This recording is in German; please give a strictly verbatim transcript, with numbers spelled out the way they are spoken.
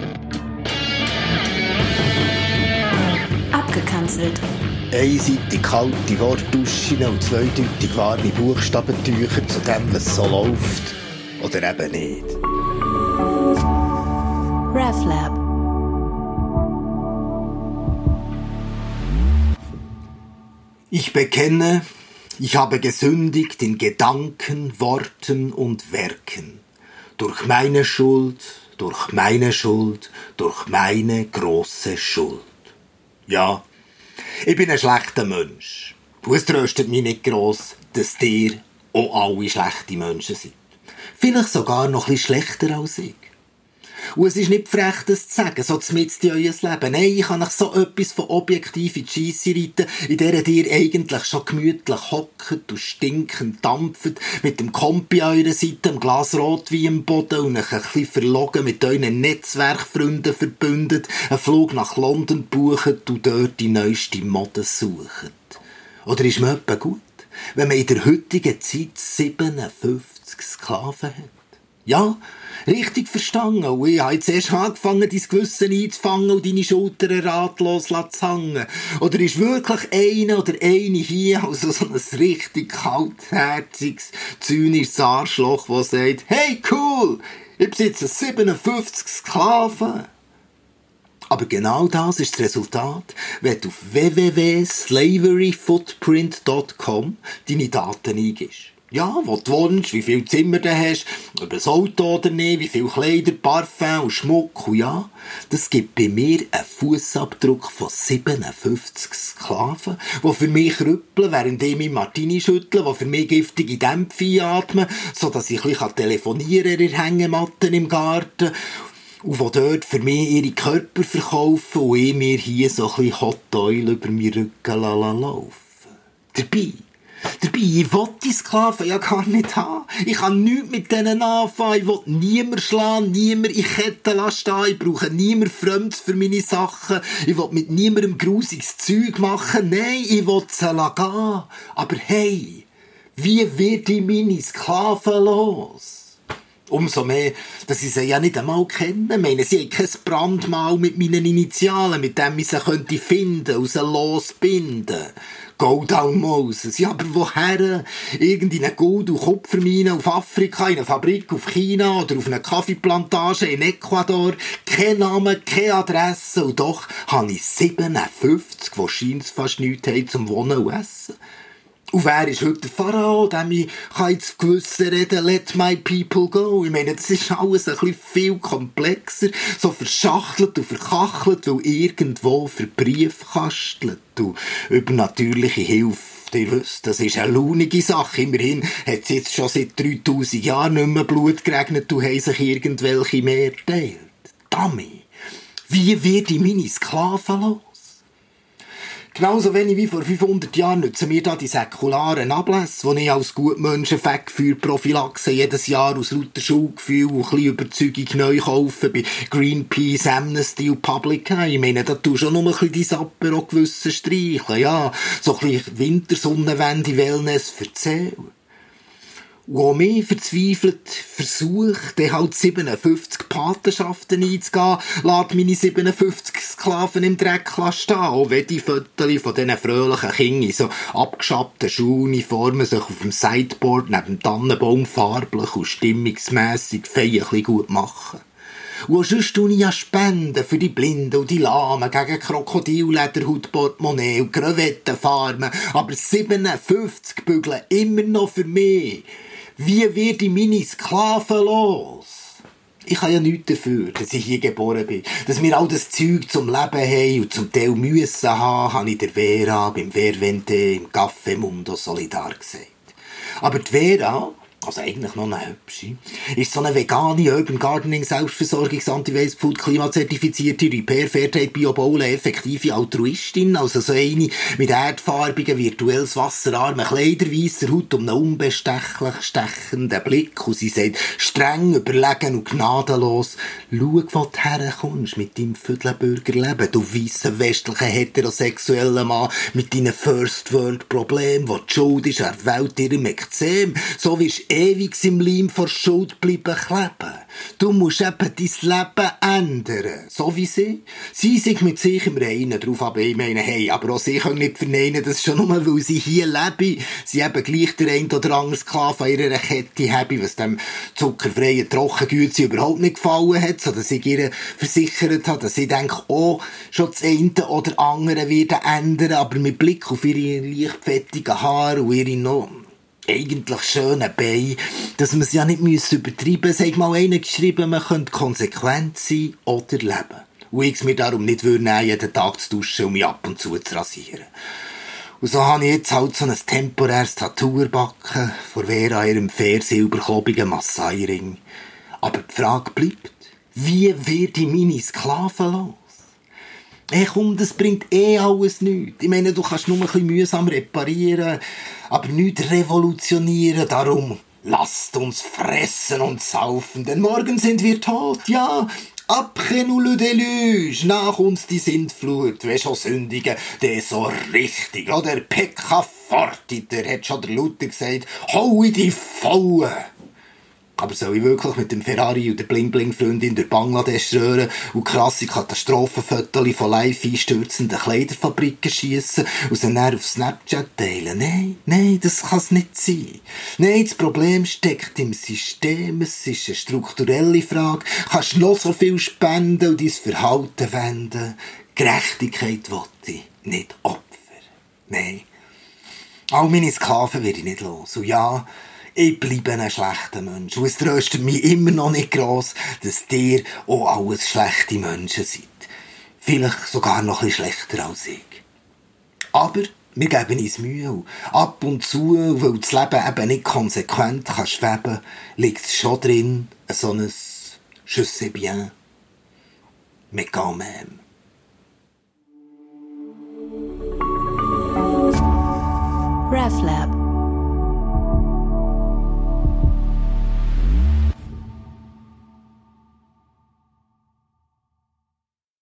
Abgekanzelt. Einseitig kalte Wortduschen und zweideutig warme Buchstabentücher zu dem, was so läuft. Oder eben nicht. RefLab. Ich bekenne, ich habe gesündigt in Gedanken, Worten und Werken. Durch meine Schuld, durch meine Schuld, durch meine grosse Schuld. Ja, ich bin ein schlechter Mensch. Und es tröstet mich nicht gross, dass ihr auch alle schlechte Menschen seid. Vielleicht sogar noch ein bisschen schlechter als ich. Und es ist nicht frech, das zu sagen, so mitten in euer Leben. Nein, ich kann euch so etwas von objektiv in die Scheisse reiten, in der ihr eigentlich schon gemütlich hockt und stinkend dampft, mit dem Kompi an eurer Seite, einem Glas Rotwein am Boden und euch ein bisschen verlogen mit euren Netzwerkfreunden verbündet, einen Flug nach London bucht und dort die neueste Mode sucht. Oder ist man etwa gut, wenn man in der heutigen Zeit siebenundfünfzig Sklaven hat? Ja, richtig verstanden. Und ich habe jetzt erst angefangen, dein Gewissen einzufangen und deine Schultern ratlos zu hängen. Oder ist wirklich einer oder eine hier, also so ein richtig kaltherziges, zynisches Arschloch, der sagt, hey cool, ich besitze siebenundfünfzig Sklaven. Aber genau das ist das Resultat, wenn du auf w w w punkt slavery footprint punkt com deine Daten eingibst. Ja, wo du wohnst, wie viele Zimmer du hast, ob das Auto oder nicht, wie viele Kleider, Parfum und Schmuck. Und ja, das gibt bei mir einen Fussabdruck von siebenundfünfzig Sklaven, die für mich rüppeln, während ich mich Martini schüttle, die für mich giftige Dämpfe einatmen, sodass ich ein bisschen telefonieren kann in der Hängematte im Garten. Und die dort für mich ihre Körper verkaufen und ich mir hier so ein bisschen Hot Oil über meinen Rücken laufen. Dabei, dabei, ich will die Sklaven ja gar nicht haben. Ich kann nichts mit denen anfangen. Ich will niemand schlagen, niemand in Ketten stehen. Ich brauche niemand Fremdes für meine Sachen. Ich will mit niemandem grusiges Zeug machen. Nein, ich will sie gehen. Aber hey, wie werde ich meine Sklaven los? Umso mehr, dass ich sie ja nicht einmal kenne. Ich meine, sie haben kein Brandmal mit meinen Initialen, mit dem ich sie könnte finden und sie losbinden. Go down Moses. Ja, aber woher? Irgendeine Gold- und Kupfermine auf Afrika, in einer Fabrik auf China oder auf einer Kaffeeplantage in Ecuador. Kein Name, keine Adresse. Und doch habe ich siebenundfünfzig, die scheint fast nichts haben zum Wohnen und Essen. Und wer ist heute der Pharao, dem ich ins Gewissen reden, let my people go? Ich meine, das ist alles ein bisschen viel komplexer, so verschachtelt und verkachelt, weil irgendwo für Brief kastelt und übernatürliche Hilfe. Ihr wisst, das ist eine launige Sache. Immerhin hat es jetzt schon seit dreitausend Jahren nicht mehr Blut geregnet und haben sich irgendwelche mehr geteilt. Dummy, wie werde ich meine Sklaven los? Genauso wenig wie vor fünfhundert Jahren nutzen wir da die säkularen Ablässe, die ich als Gutmenschen für Prophylaxe jedes Jahr aus lauter Schuldgefühl und ein bisschen Überzeugung neu kaufen bei Greenpeace, Amnesty und Publica. Ich meine, da tust du auch noch ein bisschen dein Apero gewissen streicheln, ja. So ein bisschen Wintersonnenwende, Wellness, erzähl. Und auch mehr verzweifelt versucht, dann halt siebenundfünfzig Patenschaften einzugehen, lässt meine siebenundfünfzig Sklaven im Dreck stehen. Auch wenn die Fotos von diesen fröhlichen Kindern in so abgeschabbten Schuluniformen sich auf dem Sideboard neben dem Tannenbaum farblich und stimmungsmässig feierlich gut machen. Und auch sonst tue ich ja Spenden für die Blinden und die Lahmen gegen Krokodillederhaut, Portemonnaie und Krevettenfarmen. Aber siebenundfünfzig bügeln immer noch für mich. Wie werde ich meine Sklaven los? Ich habe ja nichts dafür, dass ich hier geboren bin. Dass wir all das Zeug zum Leben haben und zum Teil müssen haben, habe ich der Vera beim Verwente im Café Mundo Solidar gesagt. Aber die Vera, also eigentlich noch eine hübsche, ist so eine vegane, Urban Gardening, Selbstversorgungs-, Anti-Waste-Food, klimazertifizierte, Repair, Fairtrade, Bio-Baule, effektive Altruistin, also so eine mit erdfarbigen, virtuelles, wasserarmen Kleider, weisser Haut und einem unbestechlich stechenden Blick. Und sie sagt, streng, überlegen und gnadenlos, schau, wo du herkommst mit deinem Viertelbürgerleben, du weisser, westlichen, heterosexuellen Mann mit deinen First-World-Problemen, wo die Schuld ist an der Welt ihrem Ekzem, so wirst ewig im Leim vor Schuld bleiben kleben. Du musst eben dein Leben ändern. So wie sie. Sie sind mit sich im Reinen drauf, aber ich meine, hey, aber auch sie können nicht verneinen, dass schon nur, weil sie hier leben, sie eben gleich der ein oder andere Sklave an ihrer Kette haben, was dem zuckerfreien Trockengüte überhaupt nicht gefallen hat, so dass ich ihr versichert habe, dass ich denke, oh, schon das eine oder andere wird ändern, aber mit Blick auf ihre leichtfettigen Haare und ihre noch eigentlich schönen Beine, dass man es ja nicht übertreiben muss. Es hat mal einer geschrieben, man könnte konsequent sein oder leben. Und ich es mir darum nicht nehmen, jeden Tag zu duschen und mich ab und zu zu rasieren. Und so habe ich jetzt halt so ein temporäres Tattoo erbacken, vor Vera ihrem fair silberklobigen Massai-Ring. Aber die Frage bleibt, wie werde ich meine Sklaven los? Hey, komm, das bringt eh alles nichts. Ich meine, du kannst nur ein bisschen mühsam reparieren, aber nichts revolutionieren. Darum, lasst uns fressen und saufen, denn morgen sind wir tot, ja. Après nous le déluge, nach uns die Sintflut. Weisst schon sündigen, der ist so richtig, oder? Pekka fortiter, hat schon der Luther gesagt, hau in die Faue. Aber soll ich wirklich mit dem Ferrari und der Bling-Bling-Freundin durch Bangladesch röhren und krasse Katastrophenfotos von live einstürzenden Kleiderfabriken schiessen und sie dann auf Snapchat teilen? Nein, nein, das kann es nicht sein. Nein, das Problem steckt im System, es ist eine strukturelle Frage. Kannst noch so viel spenden und dein Verhalten wenden. Gerechtigkeit will ich, nicht Opfer. Nein. All meine Sklaven werde ich nicht los. Und ja, ich bleibe ein schlechter Mensch. Und es tröstet mich immer noch nicht gross, dass ihr auch alles schlechte Menschen seid. Vielleicht sogar noch ein bisschen schlechter als ich. Aber wir geben uns Mühe. Und ab und zu, weil das Leben eben nicht konsequent kann schweben, liegt es schon drin, so ein «Je sais bien, mais quand même». RefLab.